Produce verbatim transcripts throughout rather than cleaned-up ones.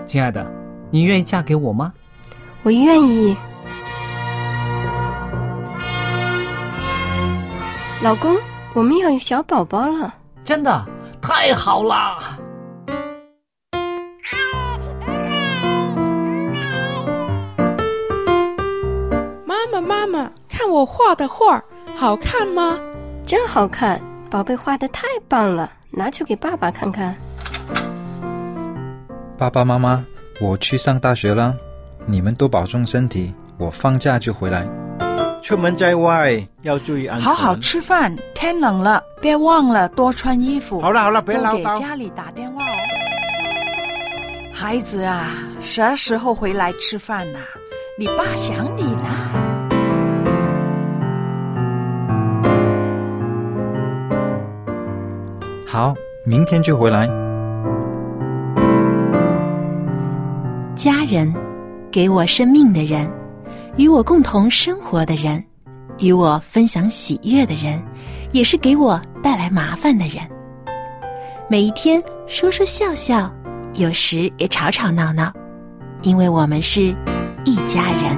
亲爱的，你愿意嫁给我吗？ 我愿意。老公，我们要有小宝宝了。 真的？太好了！ 妈妈妈妈，看我画的画好看吗？ 真好看，宝贝画得太棒了，拿去给爸爸看看。 爸爸妈妈，我去上大学了，你们都保重身体，我放假就回来。 出门在外要注意安全。 好好吃饭，天冷了，别忘了多穿衣服。 好了好了，别唠叨。 多给家里打电话哦。孩子啊，啥时候回来吃饭啊？你爸想你啦。 好，明天就回来。 家人，给我生命的人，与我共同生活的人，与我分享喜悦的人，也是给我带来麻烦的人。每一天说说笑笑，有时也吵吵闹闹，因为我们是一家人。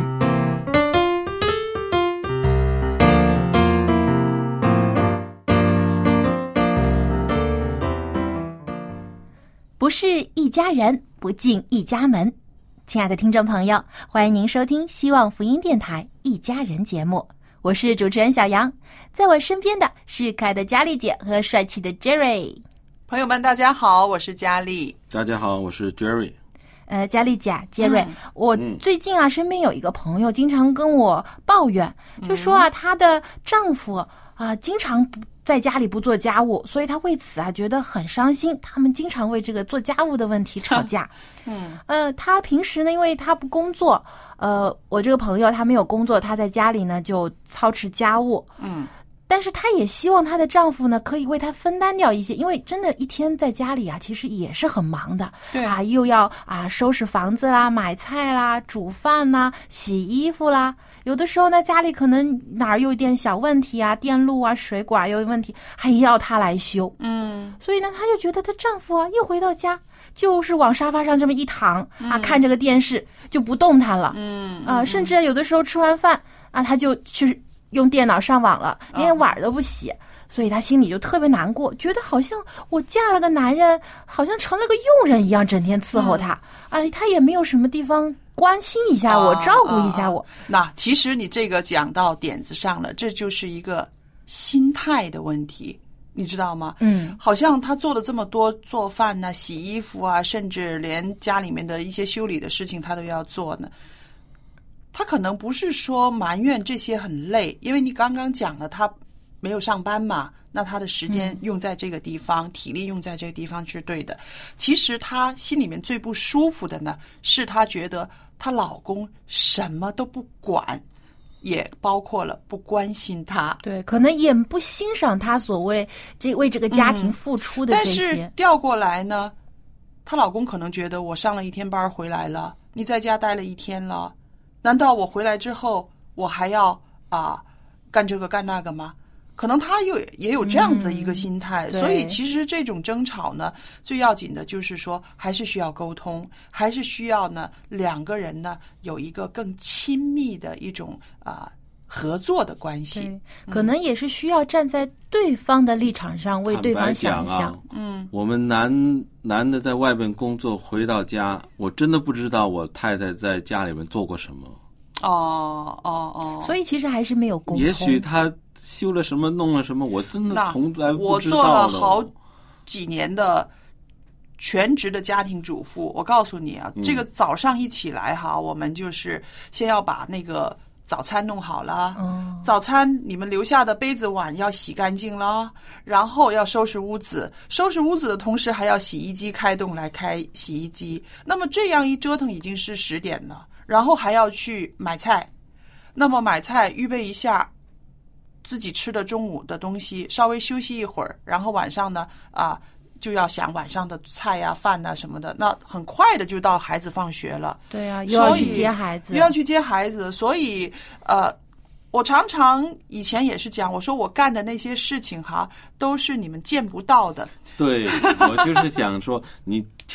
不是一家人，不进一家门。亲爱的听众朋友，欢迎您收听希望福音电台一家人节目，我是主持人小杨，在我身边的是可爱的佳丽姐和帅气的 Jerry。 朋友们大家好，我是佳丽。 大家好，我是 Jerry。 呃，佳丽姐 Jerry、嗯、我最近啊、嗯、身边有一个朋友经常跟我抱怨，就说啊她的丈夫啊经常不在家里不做家务，所以她为此啊觉得很伤心，他们经常为这个做家务的问题吵架。嗯，呃，她平时呢，因为她不工作，呃，我这个朋友她没有工作，她在家里呢就操持家务。嗯，但是她也希望她的丈夫呢可以为她分担掉一些，因为真的一天在家里啊，其实也是很忙的。对啊，又要啊收拾房子啦、买菜啦、煮饭啦、洗衣服啦。有的时候呢，家里可能哪儿有一点小问题啊，电路啊、水管有问题，还要她来修。嗯，所以呢，她就觉得她丈夫啊，一回到家就是往沙发上这么一躺、嗯、啊，看这个电视就不动弹了。嗯啊，甚至有的时候吃完饭啊，她就去用电脑上网了，连碗都不洗。哦，所以她心里就特别难过，觉得好像我嫁了个男人，好像成了个佣人一样，整天伺候他。嗯、啊，他也没有什么地方关心一下我、啊、照顾一下我、啊、 那其实你这个讲到点子上了，这就是一个心态的问题，你知道吗？嗯，好像他做了这么多，做饭啊、洗衣服啊，甚至连家里面的一些修理的事情他都要做呢。他可能不是说埋怨这些很累，因为你刚刚讲了他没有上班嘛，那他的时间用在这个地方、嗯、体力用在这个地方是对的。其实他心里面最不舒服的呢，是他觉得她老公什么都不管，也包括了不关心她。 对，可能也不欣赏她所谓这为这个家庭付出的这些。 嗯、但是调过来呢，她老公可能觉得我上了一天班回来了，你在家待了一天了，难道我回来之后我还要啊干这个干那个吗？可能他有也有这样子一个心态、嗯、所以其实这种争吵呢，最要紧的就是说还是需要沟通，还是需要呢两个人呢有一个更亲密的一种啊、呃、合作的关系。 可能也是需要站在对方的立场上为对方想一想。 啊、嗯，我们男男的在外面工作回到家，我真的不知道我太太在家里面做过什么。 哦哦哦， 所以其实还是没有沟通。 也许他修了什么弄了什么，我真的从来不知道。 我做了好几年的全职的家庭主妇，我告诉你啊、嗯、这个早上一起来哈，我们就是先要把那个早餐弄好了、嗯、早餐你们留下的杯子碗要洗干净了，然后要收拾屋子，收拾屋子的同时还要洗衣机开动来开洗衣机，那么这样一折腾已经是十点了，然后还要去买菜，那么买菜预备一下自己吃的中午的东西，稍微休息一会儿，然后晚上呢啊就要想晚上的菜呀、饭啊什么的，那很快的就到孩子放学了。 对啊，又要去接孩子， 又要去接孩子，所以呃，我常常以前也是讲，我说我干的那些事情哈，都是你们见不到的。 对，我就是想说，你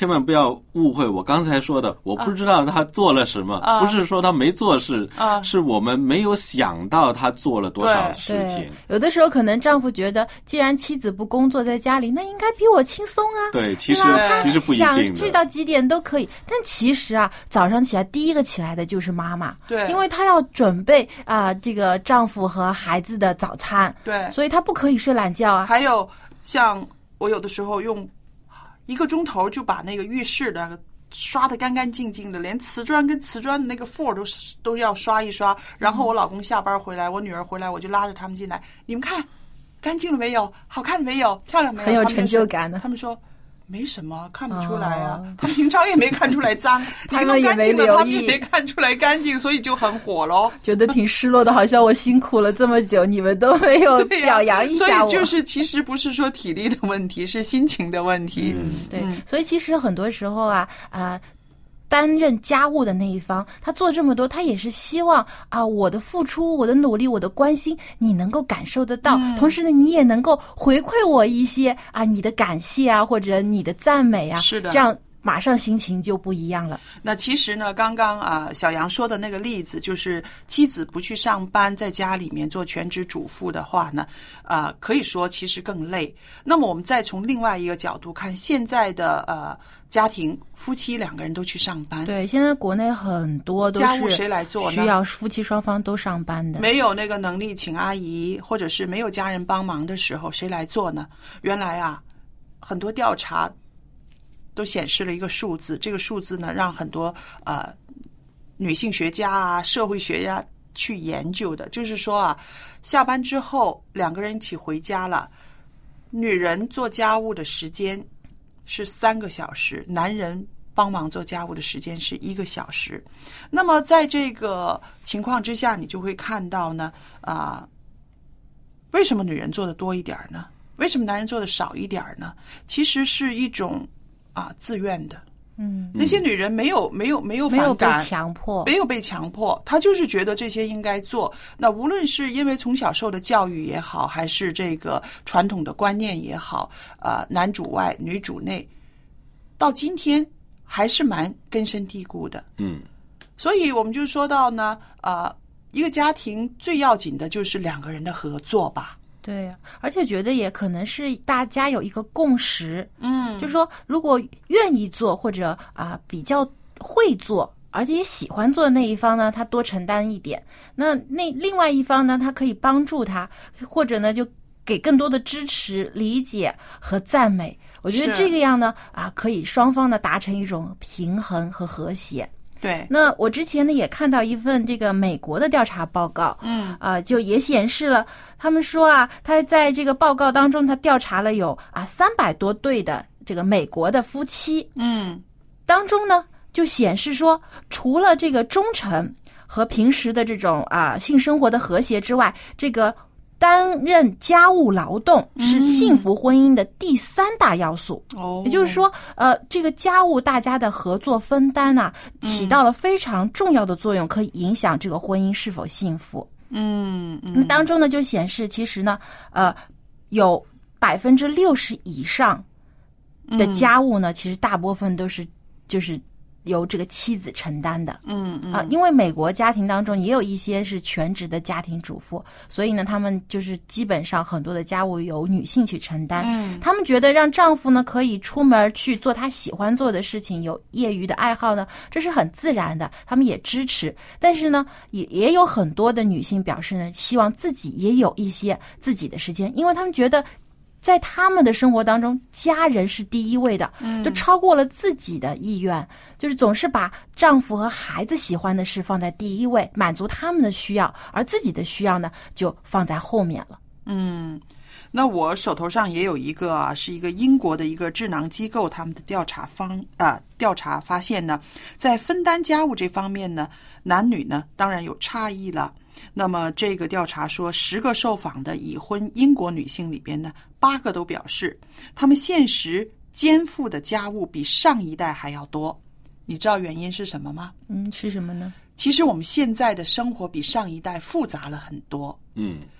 千万不要误会我刚才说的，我不知道他做了什么， 啊、 不是说他没做事， 啊、 是我们没有想到他做了多少事情。 有的时候可能丈夫觉得，既然妻子不工作在家里，那应该比我轻松啊。 对，其实对其实不一定的， 想睡到几点都可以。但其实啊，早上起来第一个起来的就是妈妈， 对， 因为她要准备啊、呃、这个丈夫和孩子的早餐， 对， 所以她不可以睡懒觉啊。 还有像我有的时候用一个钟头就把那个浴室的那个刷得干干净净的，连瓷砖跟瓷砖的那个 floor 都都要刷一刷。然后我老公下班回来，我女儿回来，我就拉着他们进来，你们看干净了没有？好看了没有？漂亮没有？ 很有成就感的。 他们说没什么，看不出来啊。哦、他们平常也没看出来脏， 他们也没留意， 他们也没看出来干净，所以就很火咯。 觉得挺失落的，好像我辛苦了这么久，你们都没有表扬一下我。 所以就是其实不是说体力的问题，是心情的问题。 嗯，对。嗯、所以其实很多时候啊啊。呃担任家务的那一方，他做这么多，他也是希望啊，我的付出、我的努力、我的关心，你能够感受得到。嗯、同时呢，你也能够回馈我一些啊，你的感谢啊，或者你的赞美啊。 是的， 这样马上心情就不一样了。 那其实呢，刚刚啊小杨说的那个例子，就是妻子不去上班，在家里面做全职主妇的话呢，啊，可以说其实更累。那么我们再从另外一个角度看，现在的呃。家庭夫妻两个人都去上班， 对，现在国内很多都是家务谁来做呢？ 需要夫妻双方都上班的。 没有那个能力请阿姨，或者是没有家人帮忙的时候，谁来做呢？原来啊，很多调查都显示了一个数字，这个数字呢，让很多呃女性学家啊、社会学家去研究的，就是说啊，下班之后两个人一起回家了，女人做家务的时间是三个小时，男人帮忙做家务的时间是一个小时。那么在这个情况之下，你就会看到呢，啊、呃，为什么女人做的多一点呢？为什么男人做的少一点呢？其实是一种啊、呃、自愿的。 嗯， 那些女人没有没有没有反感， 没有被强迫， 没有被强迫，她就是觉得这些应该做。那无论是因为从小受的教育也好，还是这个传统的观念也好，呃，男主外女主内，到今天还是蛮根深蒂固的。 嗯， 所以我们就说到呢，呃，一个家庭最要紧的就是两个人的合作吧。 对呀，而且觉得也可能是大家有一个共识， 嗯， 就是说如果愿意做或者啊、呃、比较会做，而且也喜欢做的那一方呢，他多承担一点，那那另外一方呢，他可以帮助他，或者呢就给更多的支持、理解和赞美。我觉得这个样呢啊，可以双方呢达成一种平衡和和谐。 对， 那我之前呢也看到一份这个美国的调查报告， 嗯， 啊、呃，就也显示了，他们说啊，他在这个报告当中，他调查了有啊三百多对的这个美国的夫妻， 嗯， 当中呢就显示说，除了这个忠诚和平时的这种啊性生活的和谐之外，这个担任家务劳动是幸福婚姻的第三大要素。 哦、 嗯，也就是说，呃，这个家务大家的合作分担啊，起到了非常重要的作用，可以影响这个婚姻是否幸福。 嗯嗯， 那当中呢就显示，其实呢，呃，有百分之六十以上的家务呢，嗯、其实大部分都是就是由这个妻子承担的。 嗯嗯啊，因为美国家庭当中也有一些是全职的家庭主妇，所以呢，他们就是基本上很多的家务由女性去承担。 嗯， 他们觉得让丈夫呢可以出门去做他喜欢做的事情，有业余的爱好呢，这是很自然的，他们也支持。但是呢，也也有很多的女性表示呢，希望自己也有一些自己的时间，因为他们觉得在他们的生活当中，家人是第一位的， 嗯， 都超过了自己的意愿，就是总是把丈夫和孩子喜欢的事放在第一位，满足他们的需要，而自己的需要呢，就放在后面了。 嗯，那我手头上也有一个啊，是一个英国的一个智囊机构，他们的调查方啊调查发现呢，在分担家务这方面呢，男女呢当然有差异了。那么这个调查说，十个受访的已婚英国女性里边呢，八个都表示，她们现实肩负的家务比上一代还要多。你知道原因是什么吗？ 嗯，是什么呢？ 其实我们现在的生活比上一代复杂了很多。 嗯，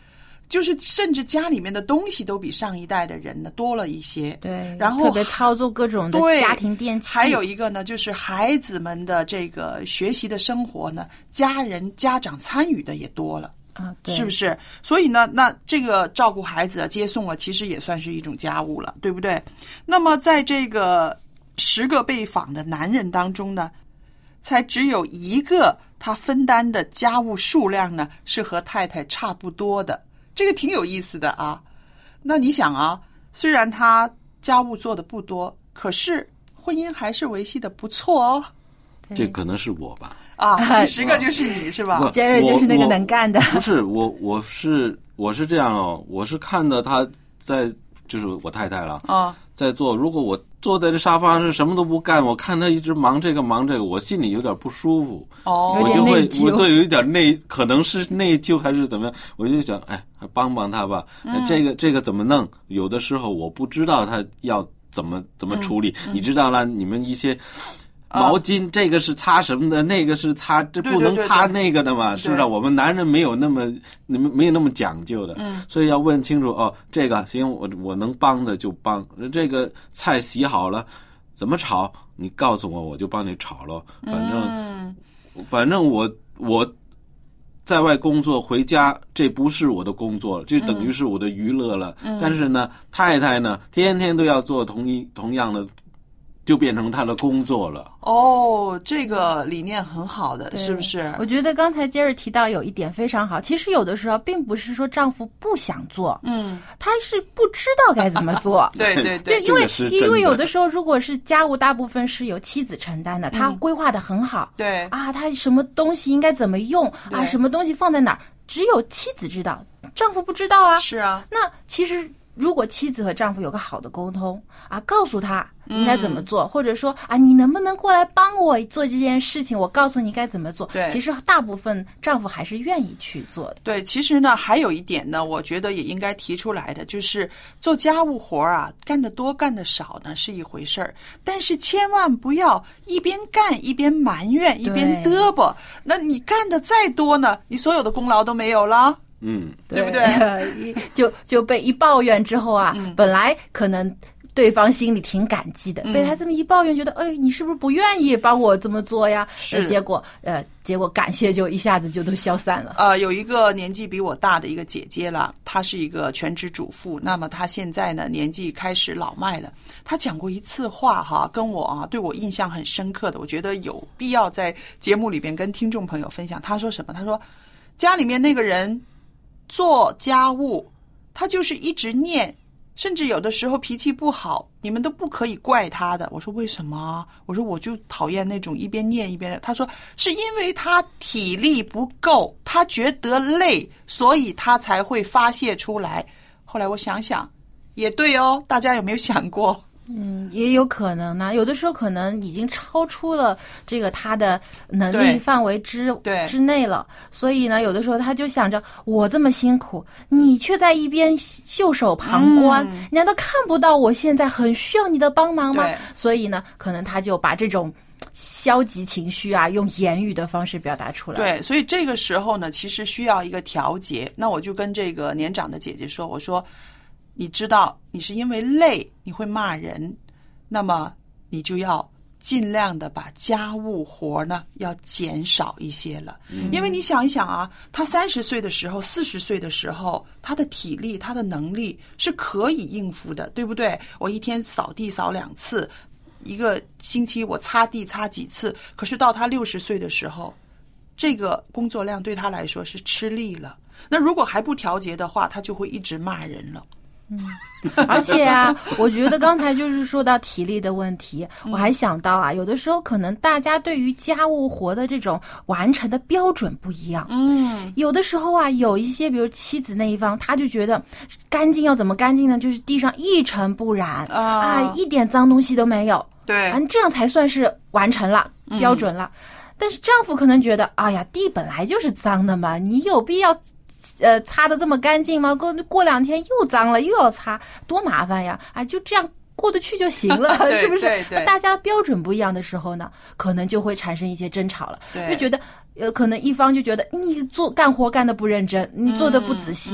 就是甚至家里面的东西都比上一代的人呢多了一些。 对， 然后特别操作各种的家庭电器。 还有一个呢，就是孩子们的这个学习的生活呢，家人家长参与的也多了。 啊，对， 是不是？所以呢，那这个照顾孩子啊、接送啊，其实也算是一种家务了，对不对？那么在这个十个被访的男人当中呢，才只有一个他分担的家务数量呢是和太太差不多的，这个挺有意思的啊。那你想啊，虽然他家务做的不多，可是婚姻还是维系的不错哦。 这可能是我吧。 啊，第十个就是你是吧？ 杰瑞就是那个能干的。 不是我，我是我是这样哦，我是看到他在，就是我太太了啊，在做。如果我坐在这沙发上什么都不干，我看他一直忙这个忙这个，我心里有点不舒服。 哦， 我就会我对有一点内，可能是内疚还是怎么样，我就想，哎，帮帮他吧。嗯、这个这个怎么弄？有的时候我不知道他要怎么怎么处理，嗯嗯、你知道了，你们一些。毛巾这个是擦什么的，那个是擦，这不能擦那个的嘛，是不是？我们男人没有那么，你们没有那么讲究的，嗯，所以要问清楚哦。这个行，我我能帮的就帮。这个菜洗好了，怎么炒？你告诉我，我就帮你炒了。反正，嗯、反正我我在外工作回家，这不是我的工作了，这等于是我的娱乐了。嗯、但是呢，太太呢，天天都要做同一同样的。就变成他的工作了。 哦，这个理念很好的，是不是？ 我觉得刚才杰瑞提到有一点非常好，其实有的时候并不是说丈夫不想做，嗯，他是不知道该怎么做。 对对对， 因为因为有的时候如果是家务大部分是由妻子承担的，他规划的很好， 对啊，他什么东西应该怎么用啊，什么东西放在哪儿，只有妻子知道，丈夫不知道啊。 是啊， 那其实。如果妻子和丈夫有个好的沟通啊，告诉他应该怎么做，嗯、或者说啊，你能不能过来帮我做这件事情？我告诉你该怎么做。 对， 其实大部分丈夫还是愿意去做的。 对，其实呢，还有一点呢，我觉得也应该提出来的，就是做家务活啊，干得多干得少呢是一回事儿，但是千万不要一边干一边埋怨，一边嘚啵。那你干的再多呢，你所有的功劳都没有了。 嗯， 对不对？ 就就被一抱怨之后啊，嗯、本来可能对方心里挺感激的，嗯、被他这么一抱怨，觉得哎，你是不是不愿意帮我这么做呀？ 是， 结果呃，结果感谢就一下子就都消散了。 呃，有一个年纪比我大的一个姐姐了，她是一个全职主妇，那么她现在呢年纪开始老迈了。她讲过一次话哈，跟我啊对我印象很深刻的，我觉得有必要在节目里边跟听众朋友分享。她说什么？她说家里面那个人。做家务，他就是一直念，甚至有的时候脾气不好，你们都不可以怪他的。我说为什么？我说我就讨厌那种一边念一边。他说是因为他体力不够，他觉得累，所以他才会发泄出来。后来我想想，也对哦，大家有没有想过？ 嗯，也有可能呢。有的时候可能已经超出了这个他的能力范围之之内了，所以呢，有的时候他就想着我这么辛苦，你却在一边袖手旁观，嗯、难道看不到我现在很需要你的帮忙吗？所以呢，可能他就把这种消极情绪啊，用言语的方式表达出来。 对，所以这个时候呢，其实需要一个调节。那我就跟这个年长的姐姐说，我说。你知道你是因为累你会骂人，那么你就要尽量的把家务活呢要减少一些了。嗯、因为你想一想啊，他三十岁的时候四十岁的时候，他的体力他的能力是可以应付的，对不对？我一天扫地扫两次，一个星期我擦地擦几次，可是到他六十岁的时候，这个工作量对他来说是吃力了。那如果还不调节的话，他就会一直骂人了。 嗯，而且啊，我觉得刚才就是说到体力的问题，我还想到啊，有的时候可能大家对于家务活的这种完成的标准不一样。嗯，有的时候啊，有一些比如妻子那一方，他就觉得干净要怎么干净呢？就是地上一尘不染啊，啊一点脏东西都没有。 对， 啊，这样才算是完成了，标准了。嗯、但是丈夫可能觉得，哎呀，地本来就是脏的嘛，你有必要。呃，擦得这么干净吗？过过两天又脏了，又要擦，多麻烦呀！啊，就这样过得去就行了，是不是？ 对对。 大家标准不一样的时候呢，可能就会产生一些争吵了。就觉得，呃，可能一方就觉得你做干活干得不认真，你做得不仔细。嗯嗯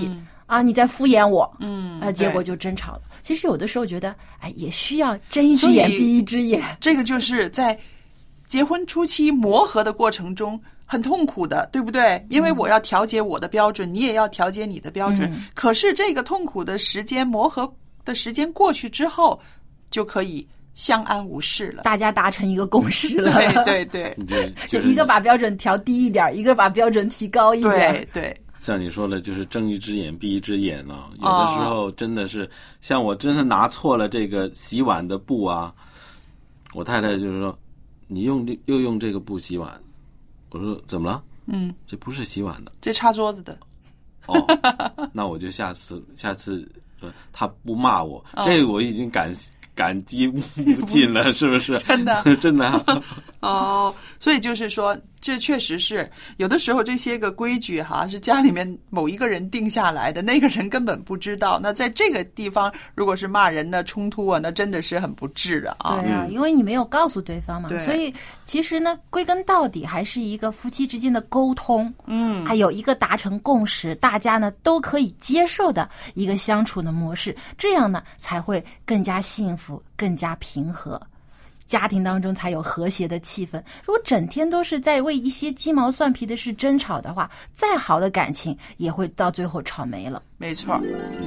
啊，你在敷衍我， 嗯， 呃，结果就争吵了。其实有的时候觉得，哎，也需要睁一只眼闭一只眼。 这个就是在结婚初期磨合的过程中很痛苦的，对不对？因为我要调节我的标准，你也要调节你的标准。 嗯、 可是这个痛苦的时间、磨合的时间过去之后，就可以相安无事了， 大家达成一个共识了。 对对对， 就一个把标准调低一点，一个把标准提高一点。 对对。 像你说的，就是睁一只眼闭一只眼啊。有的时候真的是，像我真的拿错了这个洗碗的布啊，我太太就是说，你用又用这个布洗碗，我说怎么了？ 嗯， 这不是洗碗的， 这擦桌子的。 哦，那我就下次下次他不骂我，哦、这个我已经感感激不尽了，是不是？ 真的真的、啊。 哦，所以就是说，这确实是有的时候这些个规矩哈，是家里面某一个人定下来的，那个人根本不知道。那在这个地方，如果是骂人的冲突啊，那真的是很不智的啊。 对啊，因为你没有告诉对方嘛， 对， 所以其实呢，归根到底还是一个夫妻之间的沟通， 嗯， 还有一个达成共识，大家呢都可以接受的一个相处的模式，这样呢才会更加幸福，更加平和。家庭当中才有和谐的气氛。如果整天都是在为一些鸡毛蒜皮的事争吵的话，再好的感情也会到最后吵没了。 没错。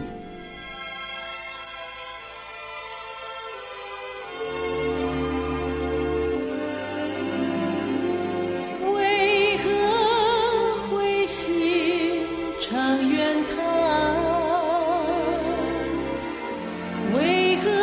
为何灰心常怨叹？为何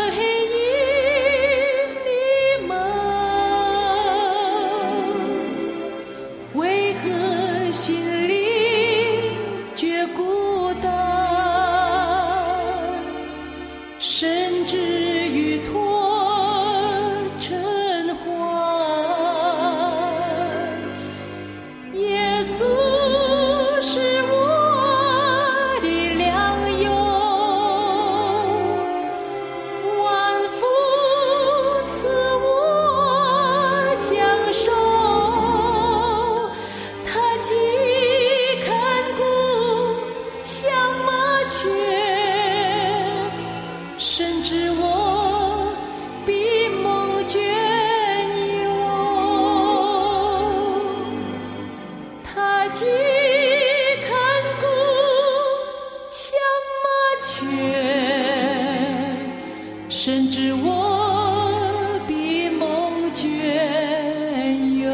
甚至我比梦倦游。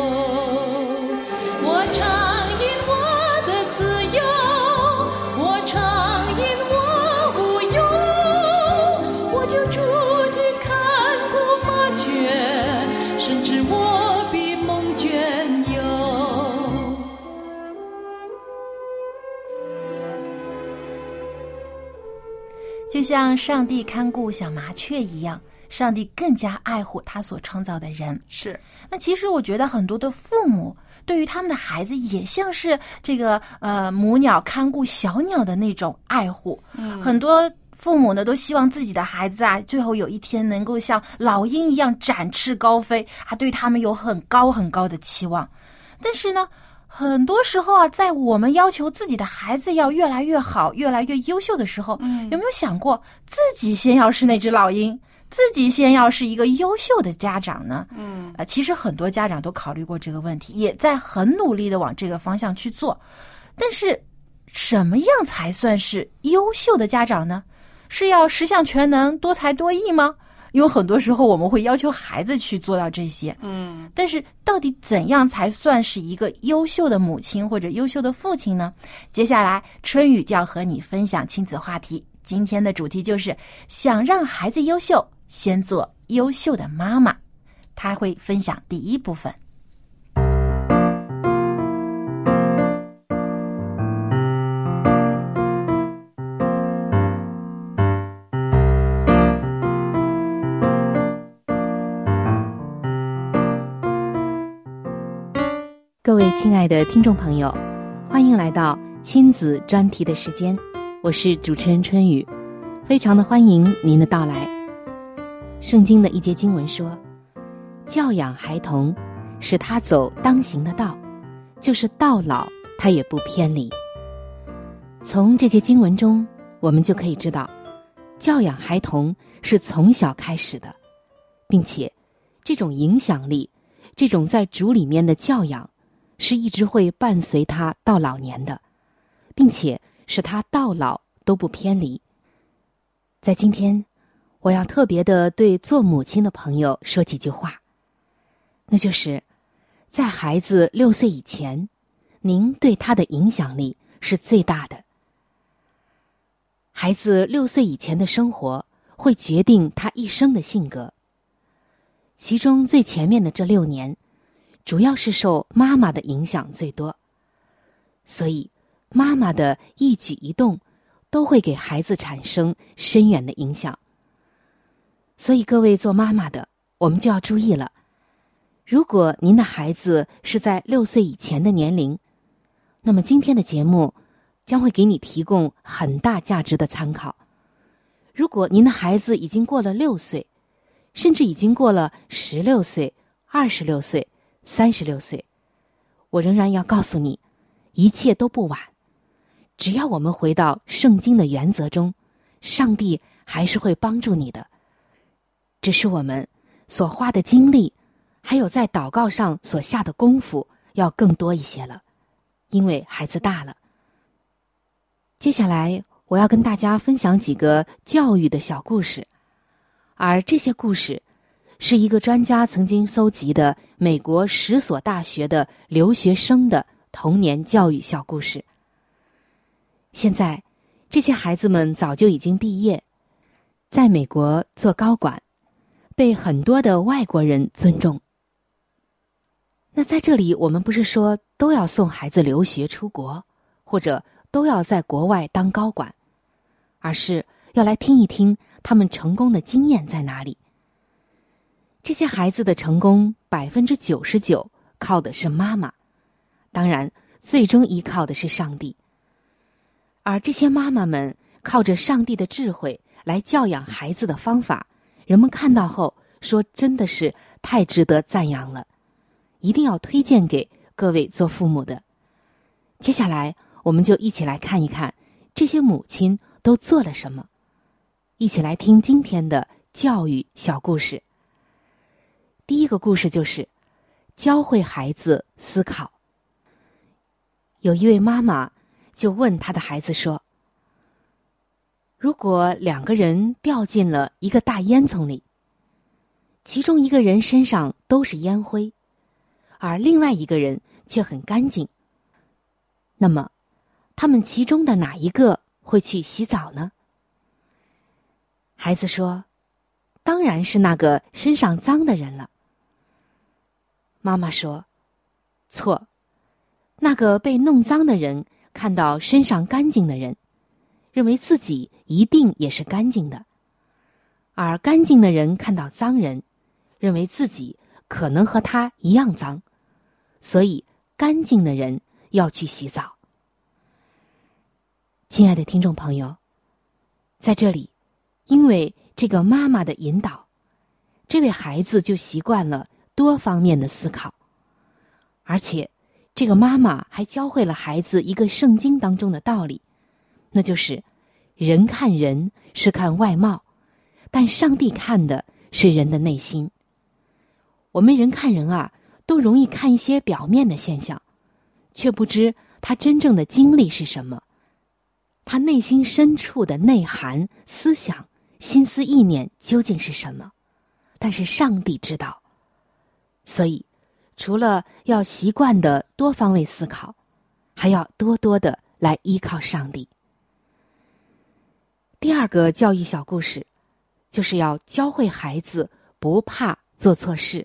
我常因我的自由，我常因我无忧，我就筑起看顾麻雀，甚至我比梦倦游。 就像上帝看顾小麻雀一样，上帝更加爱护他所创造的人。 是， 那其实我觉得很多的父母对于他们的孩子也像是这个呃母鸟看顾小鸟的那种爱护。 嗯， 很多父母呢都希望自己的孩子啊，最后有一天能够像老鹰一样展翅高飞啊，对他们有很高很高的期望。但是呢，很多时候啊，在我们要求自己的孩子要越来越好、越来越优秀的时候， 嗯， 有没有想过自己先要是那只老鹰，自己先要是一个优秀的家长呢？ 嗯， 呃，其实很多家长都考虑过这个问题，也在很努力的往这个方向去做。但是，什么样才算是优秀的家长呢？是要十项全能、多才多艺吗？有很多时候我们会要求孩子去做到这些， 嗯， 但是到底怎样才算是一个优秀的母亲或者优秀的父亲呢？接下来春雨就要和你分享亲子话题，今天的主题就是想让孩子优秀，先做优秀的妈妈。他会分享第一部分。 各位亲爱的听众朋友，欢迎来到亲子专题的时间，我是主持人春雨，非常的欢迎您的到来。圣经的一节经文说，教养孩童，使他走当行的道，就是到老他也不偏离。 从这些经文中，我们就可以知道，教养孩童是从小开始的，并且这种影响力，这种在主里面的教养，是一直会伴随他到老年的，并且使他到老都不偏离。在今天，我要特别的对做母亲的朋友说几句话，那就是在孩子六岁以前，您对他的影响力是最大的。孩子六岁以前的生活会决定他一生的性格，其中最前面的这六年，主要是受妈妈的影响最多，所以妈妈的一举一动都会给孩子产生深远的影响。所以各位做妈妈的，我们就要注意了，如果您的孩子是在六岁以前的年龄，那么今天的节目将会给你提供很大价值的参考。如果您的孩子已经过了六岁，甚至已经过了十六岁、二十六岁、三十六岁，我仍然要告诉你，一切都不晚。只要我们回到圣经的原则中，上帝还是会帮助你的。只是我们所花的精力，还有在祷告上所下的功夫要更多一些了，因为孩子大了。接下来我要跟大家分享几个教育的小故事，而这些故事是一个专家曾经搜集的美国十所大学的留学生的童年教育小故事。现在这些孩子们早就已经毕业，在美国做高管，被很多的外国人尊重。那在这里我们不是说都要送孩子留学出国，或者都要在国外当高管，而是要来听一听他们成功的经验在哪里。这些孩子的成功百分之九十九靠的是妈妈，当然最终依靠的是上帝。而这些妈妈们靠着上帝的智慧来教养孩子的方法，人们看到后说真的是太值得赞扬了，一定要推荐给各位做父母的。接下来我们就一起来看一看这些母亲都做了什么，一起来听今天的教育小故事。第一个故事就是教会孩子思考。有一位妈妈就问她的孩子说，如果两个人掉进了一个大烟囱里，其中一个人身上都是烟灰，而另外一个人却很干净，那么他们其中的哪一个会去洗澡呢？孩子说，当然是那个身上脏的人了。妈妈说，错，那个被弄脏的人看到身上干净的人，认为自己一定也是干净的，而干净的人看到脏人，认为自己可能和他一样脏，所以干净的人要去洗澡。亲爱的听众朋友，在这里，因为这个妈妈的引导，这位孩子就习惯了多方面的思考，而且这个妈妈还教会了孩子一个圣经当中的道理，那就是人看人是看外貌，但上帝看的是人的内心。我们人看人啊，都容易看一些表面的现象，却不知他真正的经历是什么，他内心深处的内涵、思想、心思意念究竟是什么，但是上帝知道。所以除了要习惯的多方位思考，还要多多的来依靠上帝。第二个教育小故事，就是要教会孩子不怕做错事。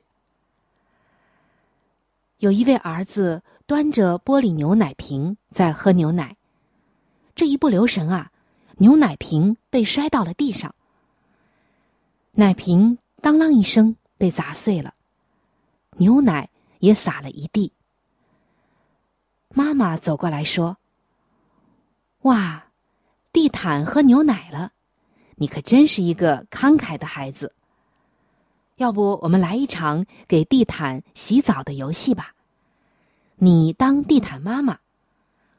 有一位儿子端着玻璃牛奶瓶在喝牛奶，这一不留神啊，牛奶瓶被摔到了地上，奶瓶当啷一声被砸碎了，牛奶也洒了一地。妈妈走过来说，哇，地毯喝牛奶了，你可真是一个慷慨的孩子。要不我们来一场给地毯洗澡的游戏吧，你当地毯妈妈，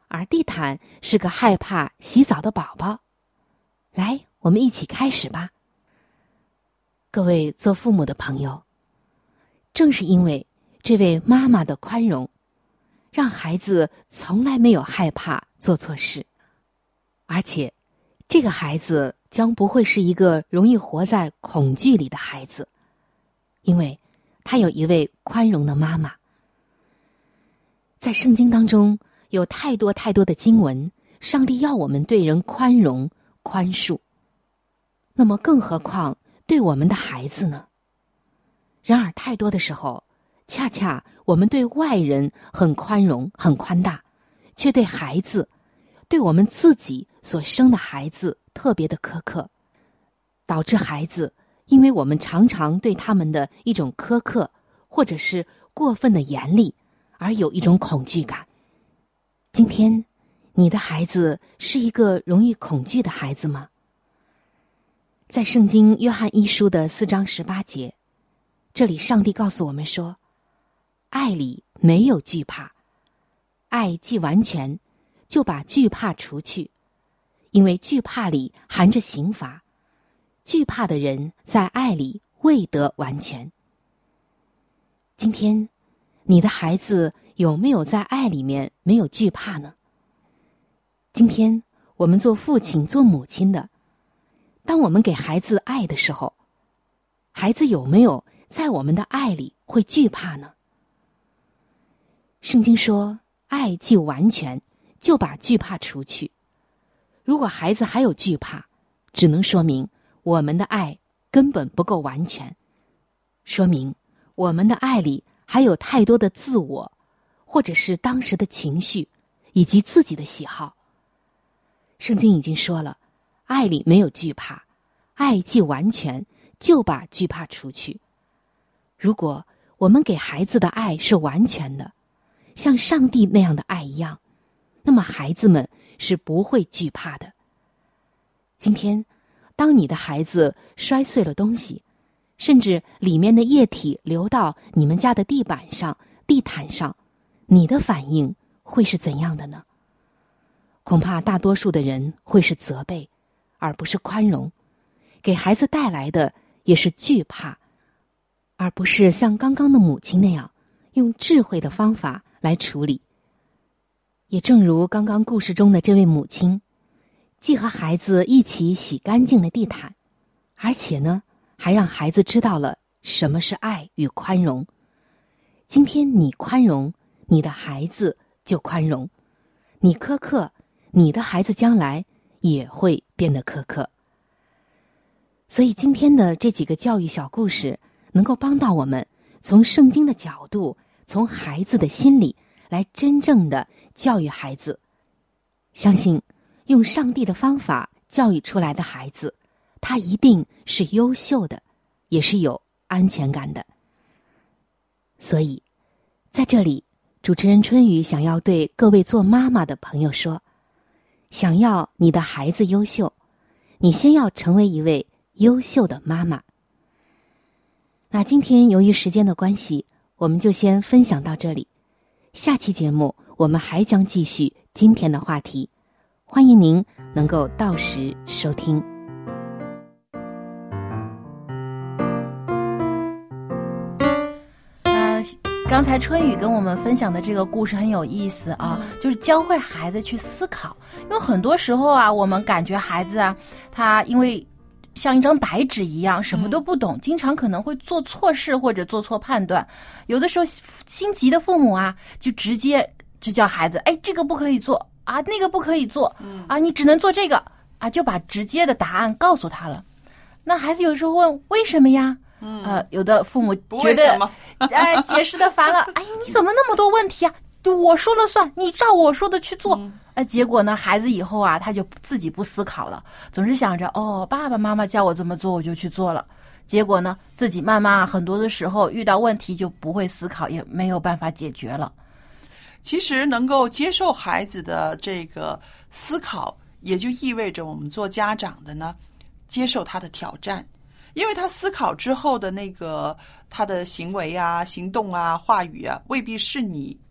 而地毯是个害怕洗澡的宝宝。来，我们一起开始吧。各位做父母的朋友，正是因为这位妈妈的宽容，让孩子从来没有害怕做错事，而且这个孩子将不会是一个容易活在恐惧里的孩子，因为他有一位宽容的妈妈。在圣经当中有太多太多的经文，上帝要我们对人宽容宽恕，那么更何况对我们的孩子呢？然而太多的时候，恰恰我们对外人很宽容很宽大，却对孩子，对我们自己所生的孩子特别的苛刻，导致孩子因为我们常常对他们的一种苛刻或者是过分的严厉而有一种恐惧感。今天你的孩子是一个容易恐惧的孩子吗？在圣经约翰一书的四章十八节，这里上帝告诉我们说，爱里没有惧怕，爱既完全，就把惧怕除去，因为惧怕里含着刑罚，惧怕的人在爱里未得完全。今天你的孩子有没有在爱里面没有惧怕呢？今天我们做父亲做母亲的，当我们给孩子爱的时候，孩子有没有在我们的爱里会惧怕呢？圣经说，爱既完全，就把惧怕除去。如果孩子还有惧怕，只能说明我们的爱根本不够完全，说明我们的爱里还有太多的自我，或者是当时的情绪，以及自己的喜好。圣经已经说了，爱里没有惧怕，爱既完全，就把惧怕除去。如果我们给孩子的爱是完全的，像上帝那样的爱一样，那么孩子们是不会惧怕的。今天当你的孩子摔碎了东西，甚至里面的液体流到你们家的地板上地毯上，你的反应会是怎样的呢？恐怕大多数的人会是责备，而不是宽容，给孩子带来的也是惧怕，而不是像刚刚的母亲那样用智慧的方法来处理。也正如刚刚故事中的这位母亲，既和孩子一起洗干净了地毯，而且呢还让孩子知道了什么是爱与宽容。今天你宽容，你的孩子就宽容；你苛刻，你的孩子将来也会变得苛刻。所以今天的这几个教育小故事能够帮到我们从圣经的角度，从孩子的心里来真正的教育孩子。相信用上帝的方法教育出来的孩子，他一定是优秀的，也是有安全感的。所以在这里，主持人春雨想要对各位做妈妈的朋友说，想要你的孩子优秀，你先要成为一位优秀的妈妈。那今天由于时间的关系，我们就先分享到这里。下期节目我们还将继续今天的话题，欢迎您能够到时收听。 刚才春雨跟我们分享的这个故事很有意思啊，就是教会孩子去思考。因为很多时候啊，我们感觉孩子啊，他因为像一张白纸一样，什么都不懂，嗯、经常可能会做错事或者做错判断。有的时候心急的父母啊，就直接就叫孩子，哎，这个不可以做啊，那个不可以做、嗯、啊，你只能做这个啊，就把直接的答案告诉他了。那孩子有时候问为什么呀？嗯，呃，有的父母觉得，哎、呃，解释的烦了，哎，你怎么那么多问题啊？就我说了算，你照我说的去做。哎、嗯呃，结果呢，孩子以后啊，他就自己不思考了，总是想着，哦，爸爸妈妈叫我这么做，我就去做了。结果呢，自己慢慢很多的时候遇到问题就不会思考，也没有办法解决了。 其实能够接受孩子的这个思考，也就意味着我们做家长的呢，接受他的挑战。因为他思考之后的那个他的行为啊、行动啊、话语啊，未必是你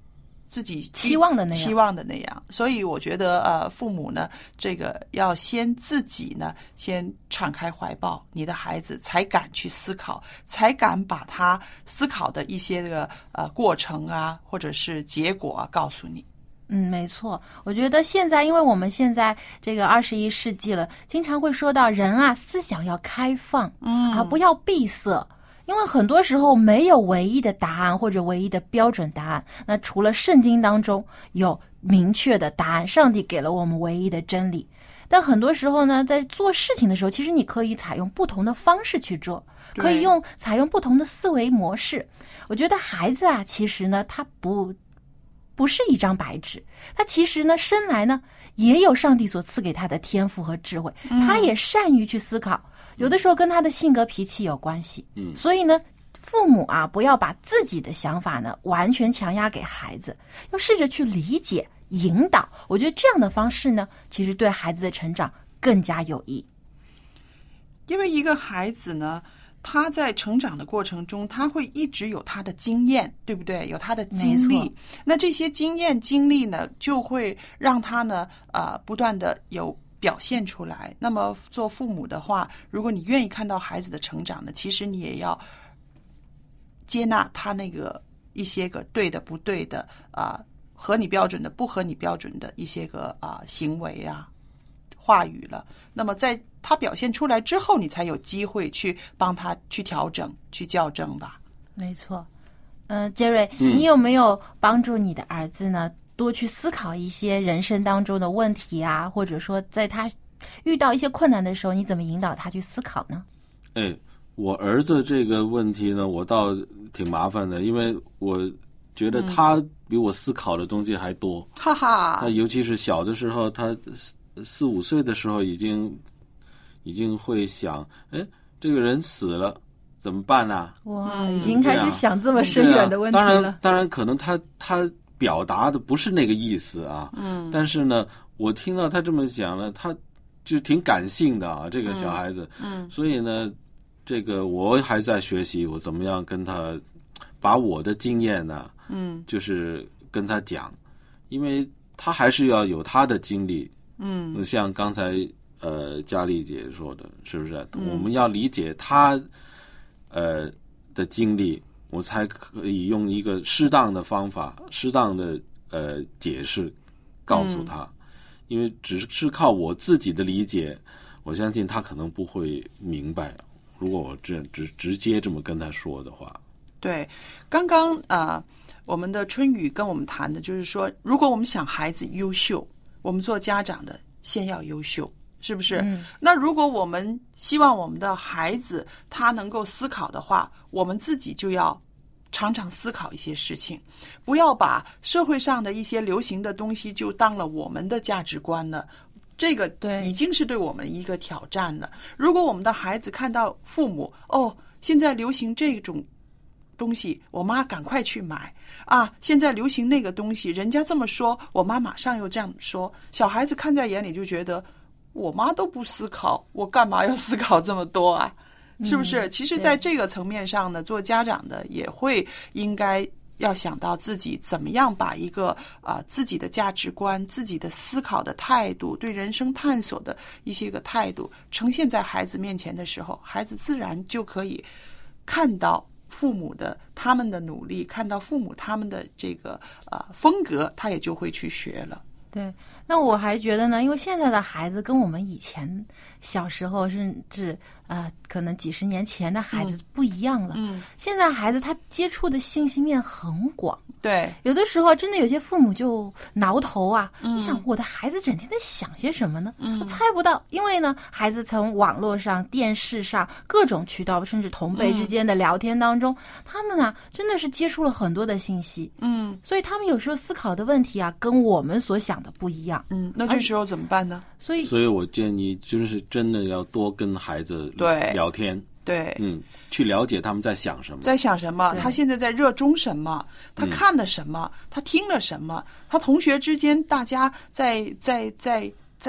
自己期望的那样， 期望的那样。所以我觉得呃，父母呢，这个要先自己呢，先敞开怀抱，你的孩子才敢去思考，才敢把他思考的一些个呃过程啊，或者是结果啊，告诉你。 嗯，没错。我觉得现在，因为我们现在这个二十一世纪了，经常会说到人啊，思想要开放，嗯啊，不要闭塞。因为很多时候没有唯一的答案或者唯一的标准答案，那除了圣经当中有明确的答案，上帝给了我们唯一的真理。但很多时候呢，在做事情的时候，其实你可以采用不同的方式去做，可以用采用不同的思维模式。我觉得孩子啊，其实呢，他不不是一张白纸，他其实呢，生来呢也有上帝所赐给他的天赋和智慧，他也善于去思考。有的时候跟他的性格脾气有关系，嗯，所以呢，父母啊，不要把自己的想法呢完全强压给孩子，要试着去理解、引导。我觉得这样的方式呢，其实对孩子的成长更加有益。 因为一个孩子呢，他在成长的过程中，他会一直有他的经验，对不对？有他的经历。那这些经验、经历呢，就会让他呢，呃，不断的有表现出来。那么做父母的话，如果你愿意看到孩子的成长呢，其实你也要接纳他那个一些个对的不对的啊、呃，合你标准的不合你标准的一些个啊、呃、行为啊话语了。那么在他表现出来之后，你才有机会去帮他去调整去校正吧。 没错。呃杰瑞、嗯、你有没有帮助你的儿子呢多去思考一些人生当中的问题啊，或者说在他遇到一些困难的时候，你怎么引导他去思考呢？ 哎，我儿子这个问题呢，我倒挺麻烦的，因为我觉得他比我思考的东西还多。哈哈、嗯，他尤其是小的时候，他四五岁的时候已经已经会想，哎，这个人死了怎么办啊？ 哇，已经开始想这么深远的问题了。 啊、当然，当然，可能他他。表达的不是那个意思啊，嗯，但是呢，我听到他这么讲呢，他就挺感性的啊，这个小孩子，嗯，嗯所以呢，这个我还在学习，我怎么样跟他把我的经验呢，嗯，就是跟他讲，因为他还是要有他的经历，嗯，像刚才呃佳丽姐说的，是不是？嗯、我们要理解他呃的经历。我才可以用一个适当的方法、适当的呃解释告诉他，嗯、因为只是靠我自己的理解，我相信他可能不会明白。如果我这直直接这么跟他说的话， 对，刚刚啊、呃，我们的春雨跟我们谈的就是说，如果我们想孩子优秀，我们做家长的先要优秀。是不是、嗯、那如果我们希望我们的孩子他能够思考的话，我们自己就要常常思考一些事情，不要把社会上的一些流行的东西就当了我们的价值观了，这个已经是对我们一个挑战了。如果我们的孩子看到父母哦，现在流行这种东西，我妈赶快去买啊！现在流行那个东西，人家这么说，我妈马上又这样说，小孩子看在眼里就觉得我妈都不思考，我干嘛要思考这么多啊？是不是？嗯、其实在这个层面上呢，做家长的也会应该要想到自己怎么样把一个啊、呃、自己的价值观、自己的思考的态度、对人生探索的一些个态度呈现在孩子面前的时候，孩子自然就可以看到父母的他们的努力，看到父母他们的这个呃风格，他也就会去学了。 对，那我还觉得呢，因为现在的孩子跟我们以前小时候甚至呃可能几十年前的孩子不一样了。嗯，现在孩子他接触的信息面很广。对，有的时候真的有些父母就挠头啊，嗯、你想我的孩子整天在想些什么呢？嗯，我猜不到，因为呢，孩子从网络上、电视上各种渠道，甚至同辈之间的聊天当中，嗯、他们呢真的是接触了很多的信息。嗯，所以他们有时候思考的问题啊，跟我们所想的不一样。 嗯，那这时候怎么办呢？ 所以， 所以我建议就是真的要多跟孩子对聊天。 对， 嗯，去了解他们在想什么， 在想什么，他现在在热衷什么，他看了什么，嗯、他听了什么，他同学之间大家在在在在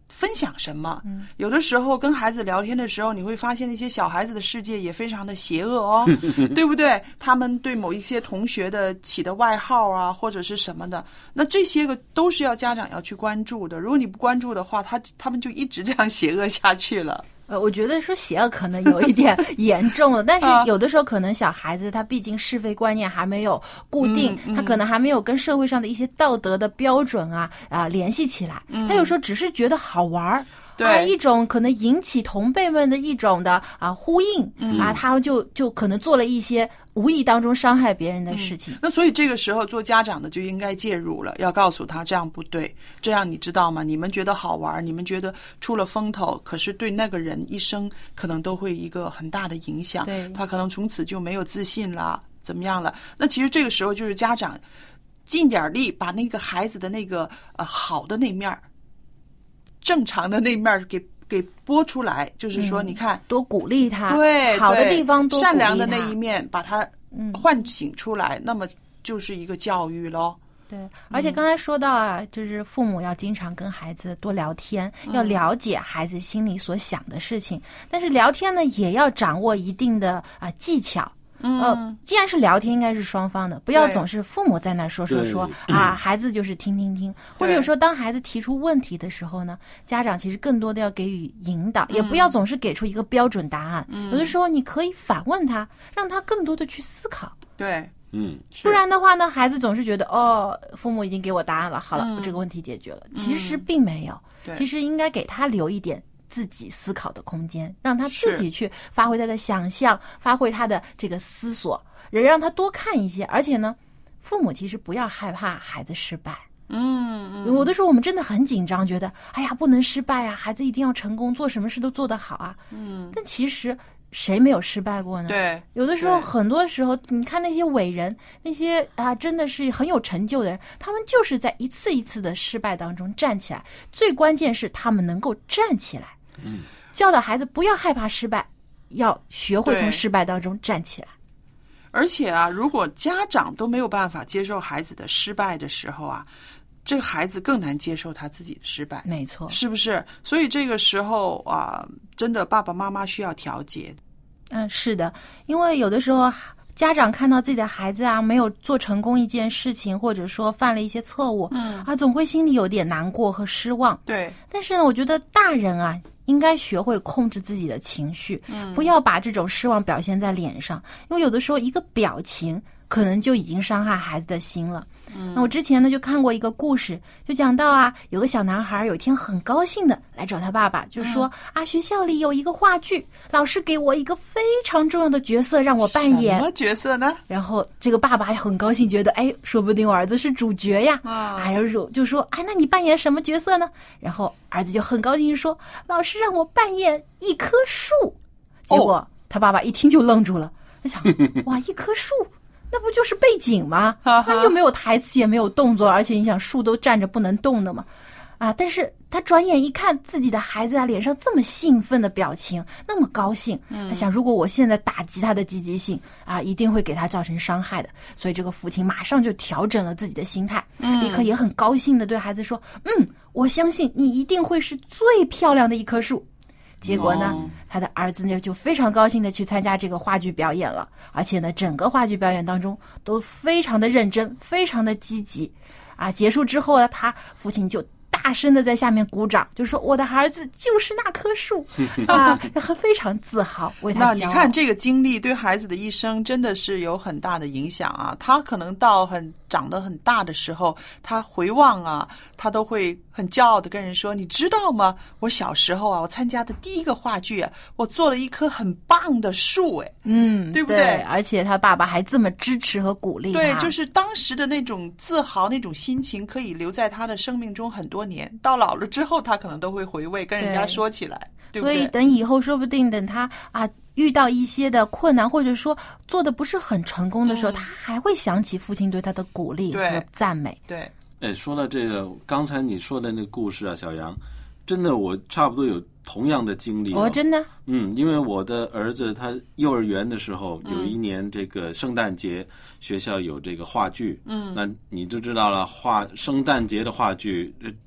分享什么。嗯，有的时候跟孩子聊天的时候，你会发现那些小孩子的世界也非常的邪恶哦，对不对？他们对某一些同学的起的外号啊，或者是什么的，那这些个都是要家长要去关注的。如果你不关注的话，他他们就一直这样邪恶下去了。 呃，我觉得说邪恶可能有一点严重了，但是有的时候可能小孩子他毕竟是非观念还没有固定，嗯嗯、他可能还没有跟社会上的一些道德的标准啊啊、呃、联系起来，嗯、他有时候只是觉得好玩。对、啊，一种可能引起同辈们的一种的啊呼应、嗯、啊，他就就可能做了一些无意当中伤害别人的事情、嗯。 那所以这个时候做家长的就应该介入了，要告诉他这样不对，这样你知道吗？你们觉得好玩，你们觉得出了风头，可是对那个人一生可能都会一个很大的影响。对，他可能从此就没有自信了，怎么样了？那其实这个时候就是家长尽点力，把那个孩子的那个呃好的那面。正常的那面给给播出来，就是说，你看、嗯， 多鼓励他， 对， 好的地方多鼓励他， 善良的那一面把它唤醒出来，嗯、那么就是一个教育咯。 对，而且刚才说到啊，就是父母要经常跟孩子多聊天，嗯、要了解孩子心里所想的事情，但是聊天呢，也要掌握一定的啊技巧。嗯、呃，既然是聊天，应该是双方的，不要总是父母在那说说说啊，孩子就是听听听。或者有时候当孩子提出问题的时候呢，家长其实更多的要给予引导，也不要总是给出一个标准答案。嗯、有的时候你可以反问他，让他更多的去思考。 对， 嗯， 不然的话呢，孩子总是觉得哦，父母已经给我答案了，好了，嗯、这个问题解决了。其实并没有，嗯、其实应该给他留一点自己思考的空间，让他自己去发挥他的想象，发挥他的这个思索，也让他多看一些。而且呢，父母其实不要害怕孩子失败。 嗯， 有的时候我们真的很紧张，觉得哎呀不能失败啊，孩子一定要成功，做什么事都做得好啊。嗯，但其实谁没有失败过呢？ 对， 有的时候，很多时候，你看那些伟人，那些啊，真的是很有成就的人，他们就是在一次一次的失败当中站起来。最关键是他们能够站起来。 嗯， 教导孩子不要害怕失败，要学会从失败当中站起来。 而且啊，如果家长都没有办法接受孩子的失败的时候啊，这个孩子更难接受他自己的失败。 没错， 是不是？所以这个时候啊，真的爸爸妈妈需要调节。 嗯，是的，因为有的时候家长看到自己的孩子啊没有做成功一件事情，或者说犯了一些错误，嗯啊，总会心里有点难过和失望。 对， 但是呢，我觉得大人啊应该学会控制自己的情绪，嗯，不要把这种失望表现在脸上，因为有的时候一个表情可能就已经伤害孩子的心了。嗯，那我之前呢就看过一个故事，就讲到啊，有个小男孩有一天很高兴的来找他爸爸，就说、嗯、啊，学校里有一个话剧，老师给我一个非常重要的角色让我扮演。 什么角色呢？ 然后这个爸爸还很高兴，觉得哎，说不定我儿子是主角呀。啊，哎，就说哎，那你扮演什么角色呢？然后儿子就很高兴说，老师让我扮演一棵树。结果、哦、他爸爸一听就愣住了，他想，哇，一棵树。那不就是背景吗？那又没有台词，也没有动作，而且你想树都站着不能动的嘛，啊！但是他转眼一看自己的孩子啊，脸上这么兴奋的表情，那么高兴，他想如果我现在打击他的积极性啊，一定会给他造成伤害的。所以这个父亲马上就调整了自己的心态，立刻也很高兴的对孩子说：“嗯，我相信你一定会是最漂亮的一棵树。”结果呢，他的儿子呢就非常高兴的去参加这个话剧表演了，而且呢，整个话剧表演当中都非常的认真，非常的积极，啊，结束之后呢，他父亲就大声的在下面鼓掌，就说我的儿子就是那棵树啊，非常自豪，为他骄傲。 那你看这个经历对孩子的一生真的是有很大的影响啊！他可能到很长得很大的时候，他回望啊，他都会很骄傲的跟人说：“你知道吗？我小时候啊，我参加的第一个话剧啊，我做了一棵很棒的树，哎， 嗯， 对不对？ 对，而且他爸爸还这么支持和鼓励他。 对，就是当时的那种自豪、那种心情，可以留在他的生命中很多年。到老了之后，他可能都会回味，跟人家说起来， 对, 对不对？ 所以等以后，说不定等他啊遇到一些的困难，或者说做的不是很成功的时候，嗯、他还会想起父亲对他的鼓励和赞美。 对。 哎，说到这个，刚才你说的那个故事啊，小杨，真的我差不多有同样的经历、哦。 哦，真的？ 嗯，因为我的儿子他幼儿园的时候，有一年这个圣诞节、嗯、学校有这个话剧，嗯，那你就知道了，话圣诞节的话剧，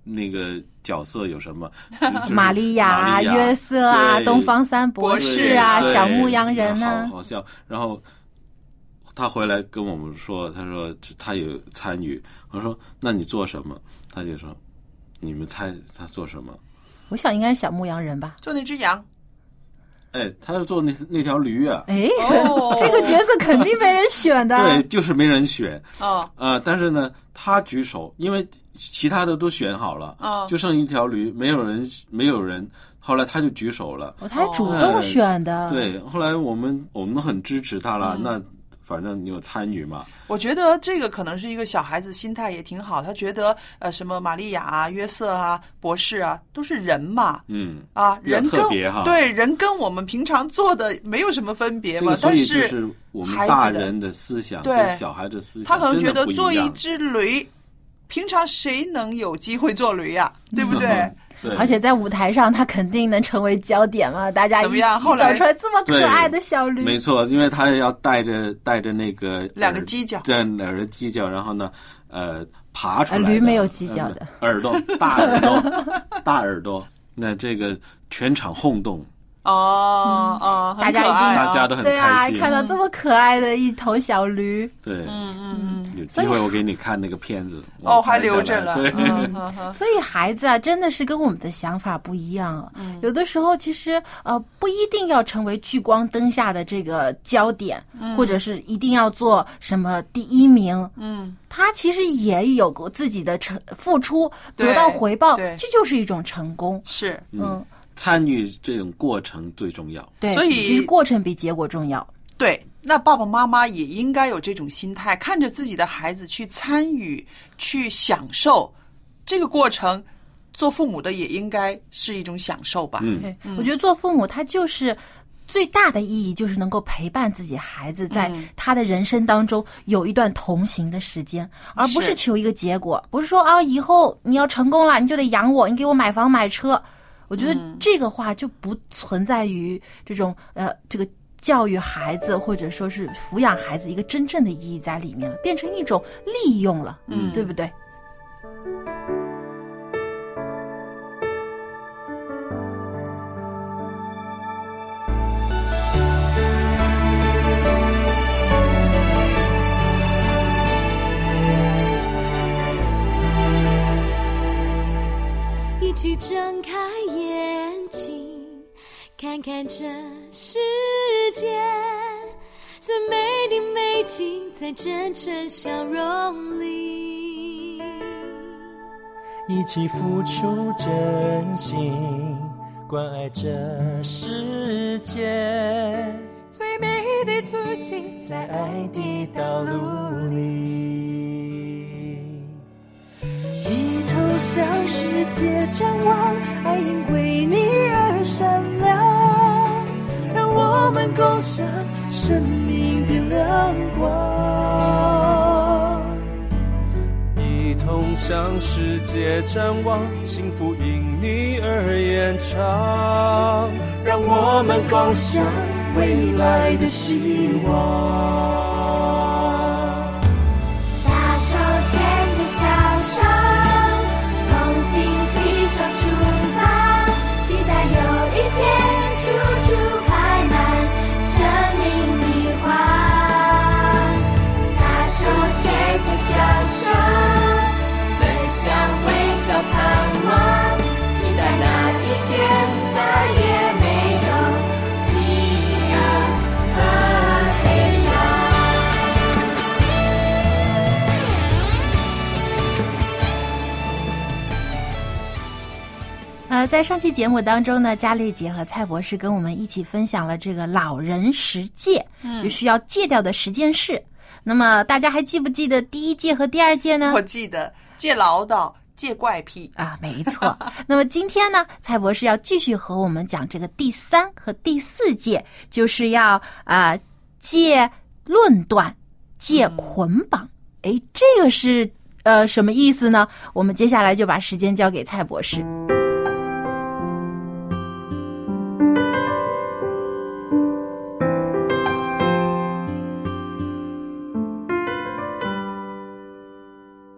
那个角色有什么？就是、 玛利亚、 玛利亚约瑟啊，东方三博士啊，小牧羊人啊， 好好笑。然后他回来跟我们说，他说他有参与。我说那你做什么？他就说你们猜他做什么？ 我想应该是小牧羊人吧， 做那只羊。 哎，他是做那那条驴啊！ 哎，哦、这个角色肯定没人选的。 对，就是没人选。 哦， 啊、呃，但是呢，他举手，因为其他的都选好了， 哦， 就剩一条驴，没有人，没有人。后来他就举手了。 哦，他还主动选的。 呃、对，后来我们我们很支持他了。嗯、那反正你有参与嘛。 我觉得这个可能是一个小孩子心态也挺好，他觉得呃什么玛利亚啊、约瑟啊、博士啊都是人嘛， 嗯啊人跟特别哈， 对人跟我们平常做的没有什么分别嘛， 这个、所以但是我们大人的思想跟小孩的思想， 他可能觉得做一只驴，平常谁能有机会做驴呀、啊，对不对？ 对， 而且在舞台上，他肯定能成为焦点嘛！大家怎么样？后来找出来这么可爱的小驴， 没错，因为他要带着带着那个两个犄角， 对，两个犄角，然后呢，呃，爬出来的。 驴没有犄角的， 呃、耳朵，大耳朵，大耳朵，那这个全场轰动。 哦哦、 嗯，大家一定大家都很开心， 对啊，看到这么可爱的一头小驴， 对， 嗯嗯， 有机会我给你看那个片子， 哦，还留着了， 对、 嗯，所以孩子啊，真的是跟我们的想法不一样啊。嗯、有的时候其实呃，不一定要成为聚光灯下的这个焦点，嗯、或者是一定要做什么第一名， 嗯， 他其实也有过自己的成付出，得到回报，这就是一种成功， 是， 嗯。嗯参与这种过程最重要， 对， 所以其实过程比结果重要。 对，那爸爸妈妈也应该有这种心态，看着自己的孩子去参与、去享受这个过程，做父母的也应该是一种享受吧。 嗯， 对，我觉得做父母他就是最大的意义，就是能够陪伴自己孩子在他的人生当中有一段同行的时间，而不是求一个结果，不是说啊以后你要成功了，你就得养我，你给我买房买车。我觉得这个话就不存在于这种呃这个教育孩子或者说是抚养孩子一个真正的意义在里面了，变成一种利用了， 嗯， 对不对？ 一起睁开眼睛，看看这世界，最美的美景在真诚笑容里。 一起付出真心，关爱这世界， 最美的足迹在爱的道路里。一同向世界展望，爱因为你而闪亮，让我们共享生命的亮光。 一同向世界展望，幸福因你而延长，让我们共享未来的希望。 呃，在上期节目当中呢，佳丽姐和蔡博士跟我们一起分享了这个老人十戒，嗯，就需要戒掉的十件事。那么大家还记不记得第一戒和第二戒呢？ 我记得，戒唠叨，戒怪癖啊，没错。那么今天呢，蔡博士要继续和我们讲这个第三和第四戒，就是要啊、呃、戒论断，戒捆绑。哎、嗯，这个是呃什么意思呢？我们接下来就把时间交给蔡博士。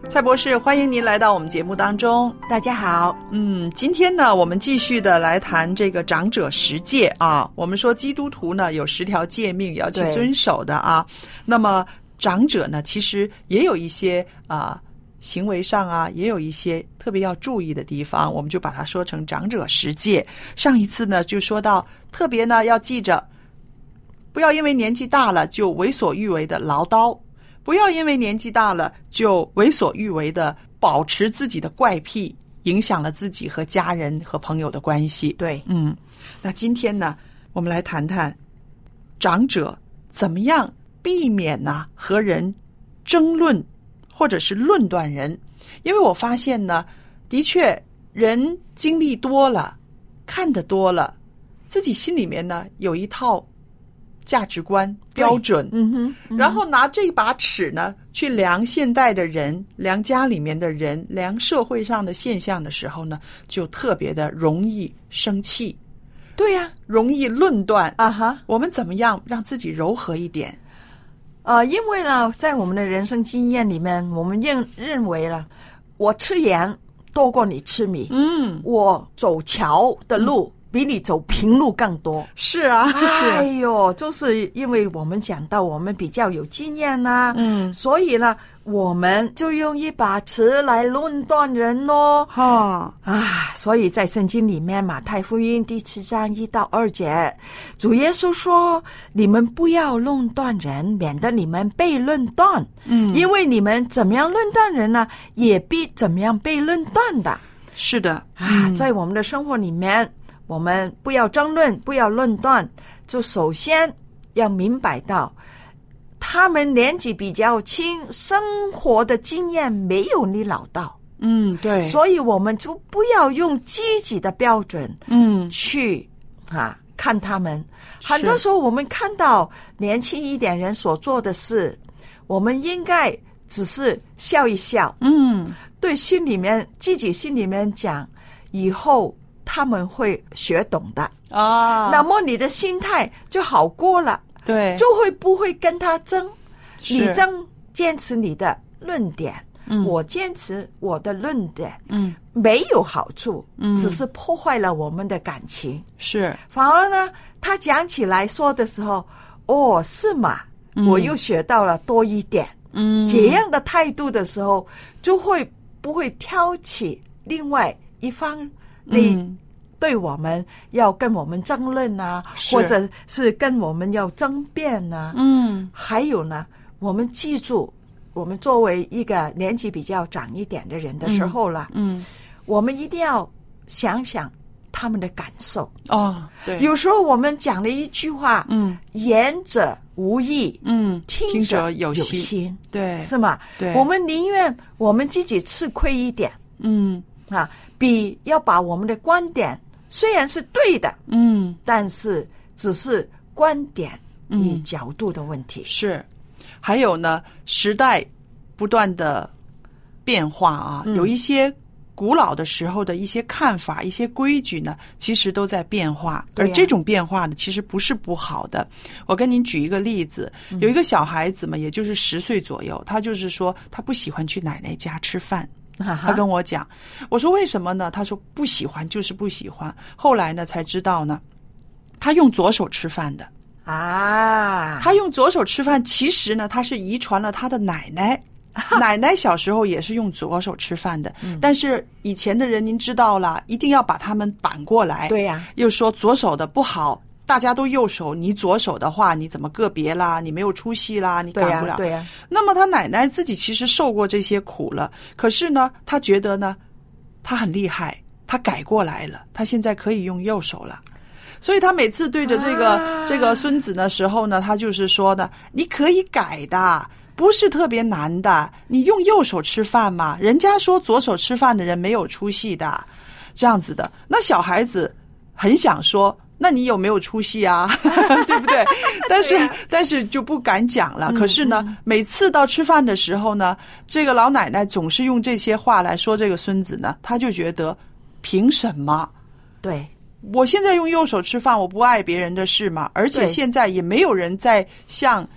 蔡博士，欢迎您来到我们节目当中。 大家好。 嗯，今天呢，我们继续的来谈这个长者十戒啊。我们说基督徒呢有十条诫命要去遵守的啊。那么长者呢，其实也有一些啊行为上啊，也有一些特别要注意的地方，我们就把它说成长者十戒。上一次呢就说到，特别呢要记着，不要因为年纪大了就为所欲为的唠叨。不要因为年纪大了就为所欲为的保持自己的怪癖，影响了自己和家人和朋友的关系。 对， 嗯，那今天呢，我们来谈谈长者怎么样避免呢和人争论或者是论断人。因为我发现呢，的确人经历多了，看得多了，自己心里面呢有一套价值观标准， 嗯哼，嗯然后拿这把尺呢去量现代的人，量家里面的人，量社会上的现象的时候呢，就特别的容易生气。 对呀、啊， 容易论断啊哈。 我们怎么样让自己柔和一点？ 呃，因为呢，在我们的人生经验里面，我们认认为了，我吃盐多过你吃米， 嗯， 我走桥的路。嗯比你走平路更多。 是啊，是。 哎呦，就是因为我们讲到我们比较有经验啦、啊， 嗯， 所以呢，我们就用一把尺来论断人咯。 哈啊，所以在圣经里面，马太福音第七章一到二节，主耶稣说：“你们不要论断人，免得你们被论断。嗯，因为你们怎么样论断人呢，也必怎么样被论断的。” 是的啊、嗯，在我们的生活里面。我们不要争论，不要论断，就首先要明白到，他们年纪比较轻，生活的经验没有你老道。 嗯，对。 所以我们就不要用积极的标准， 嗯， 去啊看他们。很多时候我们看到年轻一点人所做的事，我们应该只是笑一笑， 嗯， 对心里面自己心里面讲，以后。他们会学懂的啊， 那么你的心态就好过了， 对， 就会不会跟他争，你争坚持你的论点， 嗯， 我坚持我的论点， 嗯， 没有好处， 嗯， 只是破坏了我们的感情， 是， 反而呢，他讲起来说的时候，哦，是嘛， 嗯， 我又学到了多一点， 嗯， 这样的态度的时候，就会不会挑起另外一方。你对我们要跟我们争论啊，或者是跟我们要争辩啊， 嗯， 还有呢，我们记住，我们作为一个年纪比较长一点的人的时候了， 嗯， 我们一定要想想他们的感受哦。对， 有时候我们讲了一句话， 嗯， 言者无意， 嗯， 听者有心，心对， 是吗？ 对， 我们宁愿我们自己吃亏一点， 嗯。 啊，比要把我们的观点虽然是对的， 嗯， 但是只是观点与角度的问题。 嗯、是，还有呢，时代不断的变化啊， 嗯、 有一些古老的时候的一些看法、一些规矩呢，其实都在变化。 啊、 而这种变化呢，其实不是不好的。我跟您举一个例子， 嗯、 有一个小孩子嘛，也就是十岁左右，他就是说他不喜欢去奶奶家吃饭。他跟我讲，我说为什么呢？他说不喜欢就是不喜欢。后来呢才知道呢，他用左手吃饭的啊， 他用左手吃饭，其实呢他是遗传了他的奶奶，奶奶小时候也是用左手吃饭的， 嗯、 但是以前的人您知道了，一定要把他们反过来， 对呀、啊， 又说左手的不好。大家都右手，你左手的话，你怎么个别啦？你没有出息啦，你赶不了。 对呀、啊，对呀、啊。 那么他奶奶自己其实受过这些苦了，可是呢，他觉得呢，他很厉害，他改过来了，他现在可以用右手了。所以他每次对着这个、啊、这个孙子的时候呢，他就是说呢，你可以改的，不是特别难的，你用右手吃饭嘛。人家说左手吃饭的人没有出息的，这样子的。那小孩子很想说。那你有没有出息啊？对不对？但是、啊、但是就不敢讲了。可是呢、嗯嗯，每次到吃饭的时候呢，这个老奶奶总是用这些话来说这个孙子呢，他就觉得凭什么？ 对， 我现在用右手吃饭，我不碍别人的事嘛。而且现在也没有人在像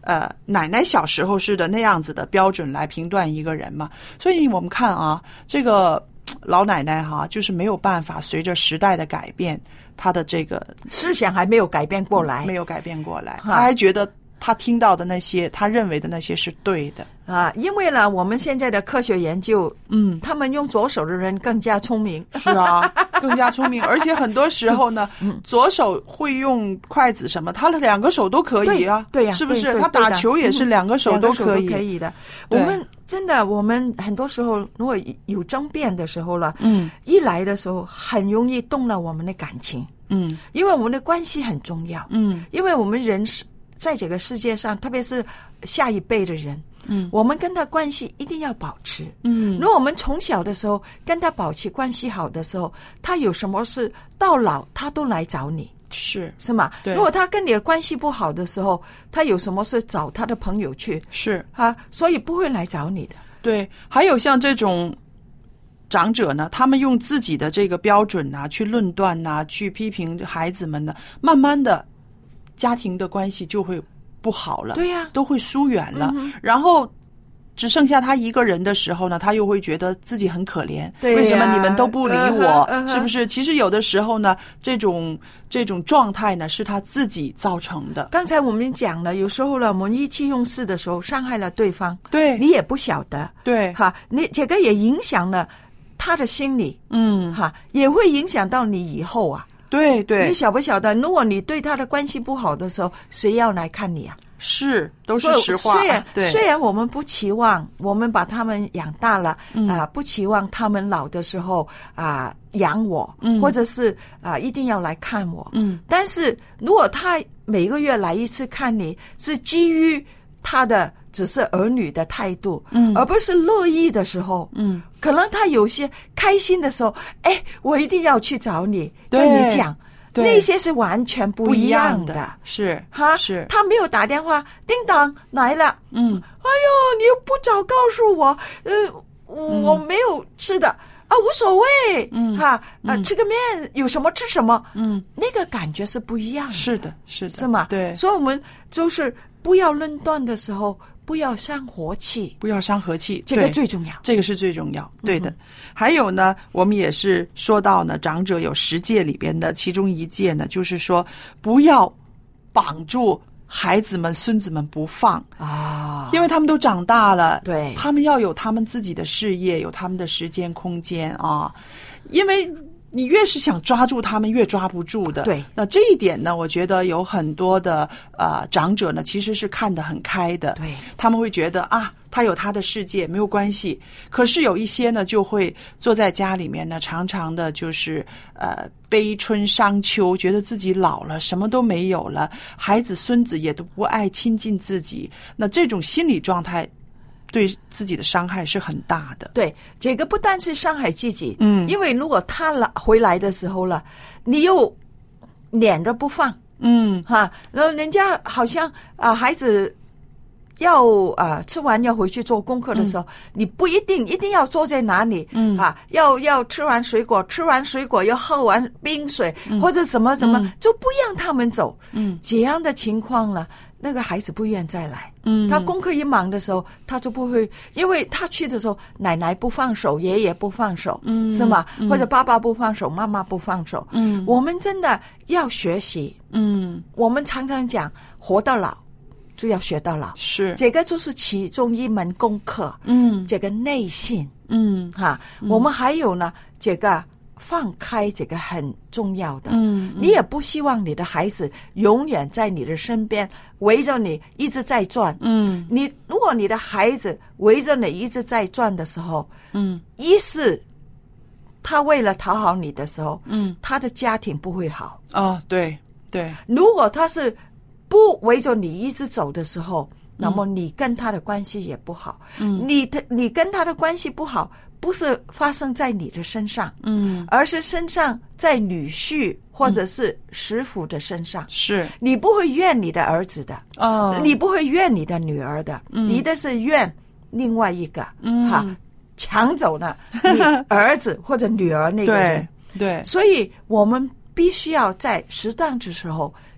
呃奶奶小时候是的那样子的标准来评断一个人嘛。所以我们看啊，这个老奶奶哈、啊，就是没有办法随着时代的改变，她的这个思想还没有改变过来， 没有改变过来，她还觉得她听到的那些，她认为的那些是对的。 啊，因为呢，我们现在的科学研究，嗯，他们用左手的人更加聪明， 是啊，更加聪明，而且很多时候呢，嗯、左手会用筷子什么，他的两个手都可以啊， 对呀、啊， 是不是？ 对对他打球也是两个手都可以， 嗯、可以的。我们真的，我们很多时候如果有争辩的时候了，嗯，一来的时候很容易动了我们的感情，嗯，因为我们的关系很重要，嗯，因为我们人是在这个世界上，特别是下一辈的人。嗯，我们跟他关系一定要保持。嗯，如果我们从小的时候跟他保持关系好的时候，他有什么事到老他都来找你， 是是吗？对。如果他跟你的关系不好的时候，他有什么事找他的朋友去， 是啊，所以不会来找你的。 对，还有像这种长者呢，他们用自己的这个标准啊，去论断啊，去批评孩子们呢，慢慢的家庭的关系就会不好了， 对呀、啊， 都会疏远了、嗯、然后只剩下他一个人的时候呢，他又会觉得自己很可怜， 对、啊、 为什么你们都不理我、 uh-huh, uh-huh. 是不是？其实有的时候呢，这种这种状态呢是他自己造成的。 刚才我们讲了，有时候呢，我们意气用事的时候伤害了对方， 对， 你也不晓得， 对， 哈，你这个也影响了他的心理， 嗯， 哈，也会影响到你以后啊。 对对， 你晓不晓得？如果你对他的关系不好的时候，谁要来看你啊？ 是，都是实话。 虽然对， 虽然我们不期望我们把他们养大了，啊、 嗯呃，不期望他们老的时候啊、呃、养我， 嗯， 或者是啊、呃、一定要来看我， 嗯。 但是如果他每个月来一次看你，是基于他的只是儿女的态度，嗯，而不是乐意的时候， 嗯， 可能他有些开心的时候，哎，我一定要去找你，跟你讲。那些是完全不一样的， 不一样的是哈， 是他没有打电话，叮当来了， 嗯， 哎呦，你又不早告诉我，呃，我、嗯、我没有吃的啊，无所谓， 嗯， 哈，啊、 嗯， 吃个面有什么吃什么， 嗯， 那个感觉是不一样的， 是的，是的， 是吗？ 对， 所以我们就是不要论断的时候。不要伤和气， 不要伤和气， 这个最重要， 这个是最重要，对的。嗯、还有呢，我们也是说到呢，长者有十戒里边的其中一戒呢，就是说不要绑住孩子们、孙子们不放啊， 因为他们都长大了， 对， 他们要有他们自己的事业，有他们的时间空间啊，因为。你越是想抓住他们，越抓不住的。 对， 那这一点呢，我觉得有很多的呃长者呢，其实是看得很开的。 对， 他们会觉得啊，他有他的世界，没有关系。可是有一些呢，就会坐在家里面呢，常常的就是呃悲春伤秋，觉得自己老了，什么都没有了，孩子孙子也都不爱亲近自己。那这种心理状态。对自己的伤害是很大的。 对，这个不但是伤害自己， 嗯， 因为如果他来回来的时候了，你又撵着不放， 嗯， 哈，然后人家好像啊、呃，孩子要啊、呃、吃完要回去做功课的时候，嗯、你不一定一定要坐在哪里， 嗯啊，要要吃完水果，吃完水果要喝完冰水， 嗯、 或者怎么怎么、 嗯， 就不让他们走， 嗯， 这样的情况了。那个孩子不愿再来， 嗯， 他功课一忙的时候，他就不会，因为他去的时候，奶奶不放手，爷爷不放手， 嗯， 是吗？ 嗯、 或者爸爸不放手，妈妈不放手， 嗯， 我们真的要学习， 嗯， 我们常常讲，活到老就要学到老， 是这个就是其中一门功课， 嗯， 这个内信， 嗯， 哈，嗯、我们还有呢，这个。放开这个很重要的， 嗯， 你也不希望你的孩子永远在你的身边围着你一直在转， 嗯， 你如果你的孩子围着你一直在转的时候， 嗯， 一是他为了讨好你的时候， 嗯， 他的家庭不会好， 哦，对对， 如果他是不围着你一直走的时候，那么你跟他的关系也不好， 嗯， 你的你跟他的关系不好。不是发生在你的身上， 嗯， 而是身上在女婿或者是媳妇的身上。 是， 你不会怨你的儿子的， 哦， 你不会怨你的女儿的， 嗯， 你的是怨另外一个， 嗯， 哈，抢走了你儿子或者女儿那个人。 对，对， 所以我们必须要在适当的时候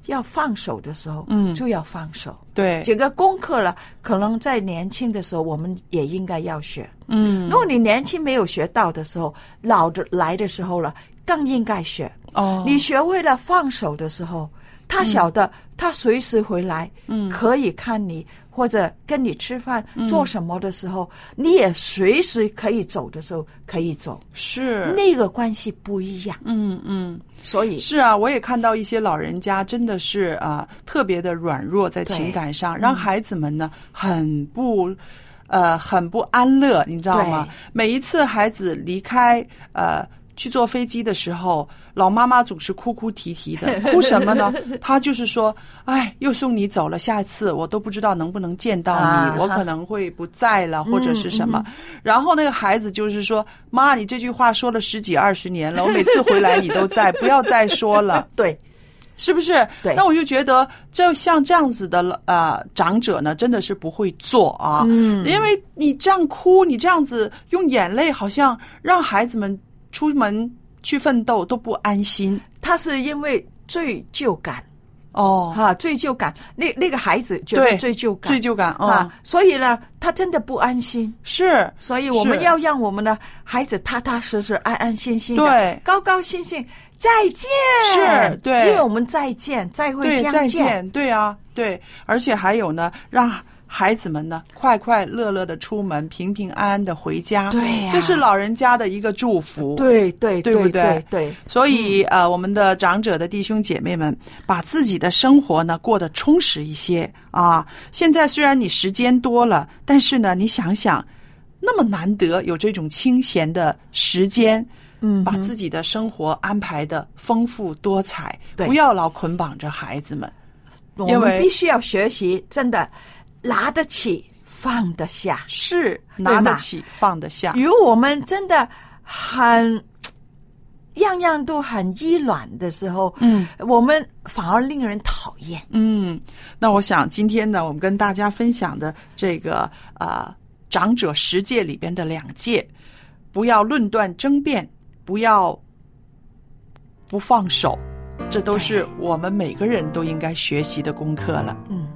要放手的时候， 嗯就要放手。 对， 这个功课了，可能在年轻的时候我们也应该要学。 嗯， 如果你年轻没有学到的时候，老的来的时候了，更应该学。 哦， 你学会了放手的时候，他晓得、嗯、他随时回来， 嗯， 可以看你或者跟你吃饭、 嗯、 做什么的时候，你也随时可以走的时候可以走， 是那个关系不一样。 嗯嗯， 所以是啊，我也看到一些老人家真的是啊、呃、特别的软弱在情感上，让孩子们呢、嗯、很不呃很不安乐，你知道吗？每一次孩子离开呃。去坐飞机的时候，老妈妈总是哭哭啼啼的，哭什么呢？她就是说，哎，又送你走了，下一次我都不知道能不能见到你，啊、我可能会不在了，或者是什么。嗯嗯、然后那个孩子就是说，妈，你这句话说了十几二十年了，我每次回来你都在，不要再说了。 对。 是不是？ 对， 那我就觉得，就像这样子的呃长者呢，真的是不会做啊。嗯，因为你这样哭，你这样子用眼泪，好像让孩子们出门去奋斗都不安心。 他是因为罪疚感。 哦， 哈、啊，罪疚感，那那个孩子觉得罪疚感， 罪疚感、哦、 啊，所以呢，他真的不安心。 是， 所以我们要让我们的孩子踏踏实实、安安心心的， 对， 高高兴兴，再见。 是，对， 因为我们再见，再会相见， 再见，对啊，对，而且还有呢，让孩子们呢快快乐乐的出门，平平安安的回家。 对呀、啊， 这是老人家的一个祝福。 对对对不对？ 对 对, 对。 所以、嗯、呃，我们的长者的弟兄姐妹们，把自己的生活呢过得充实一些啊。现在虽然你时间多了，但是呢，你想想，那么难得有这种清闲的时间。 嗯， 把自己的生活安排的丰富多彩，不要老捆绑着孩子们。 我们必须要学习，真的拿得起放得下， 是拿得起放得下。 如果我们真的很样样都很依软的时候， 嗯， 我们反而令人讨厌。 嗯，那我想今天呢，我们跟大家分享的这个呃长者十戒里边的两戒，不要论断争辩，不要不放手，这都是我们每个人都应该学习的功课了。 嗯。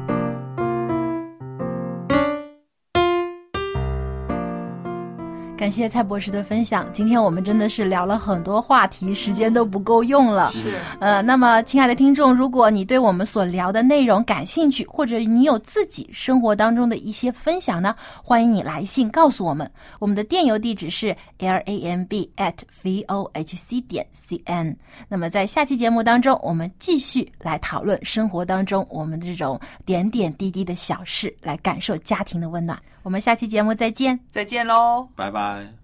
感谢蔡博士的分享，今天我们真的是聊了很多话题，时间都不够用了。 是， 呃，那么亲爱的听众，如果你对我们所聊的内容感兴趣，或者你有自己生活当中的一些分享呢，欢迎你来信告诉我们。我们的电邮地址是 lamb at vohc 点 cn。那么在下期节目当中，我们继续来讨论生活当中我们这种点点滴滴的小事，来感受家庭的温暖。我们下期节目再见， 再见喽， 拜拜。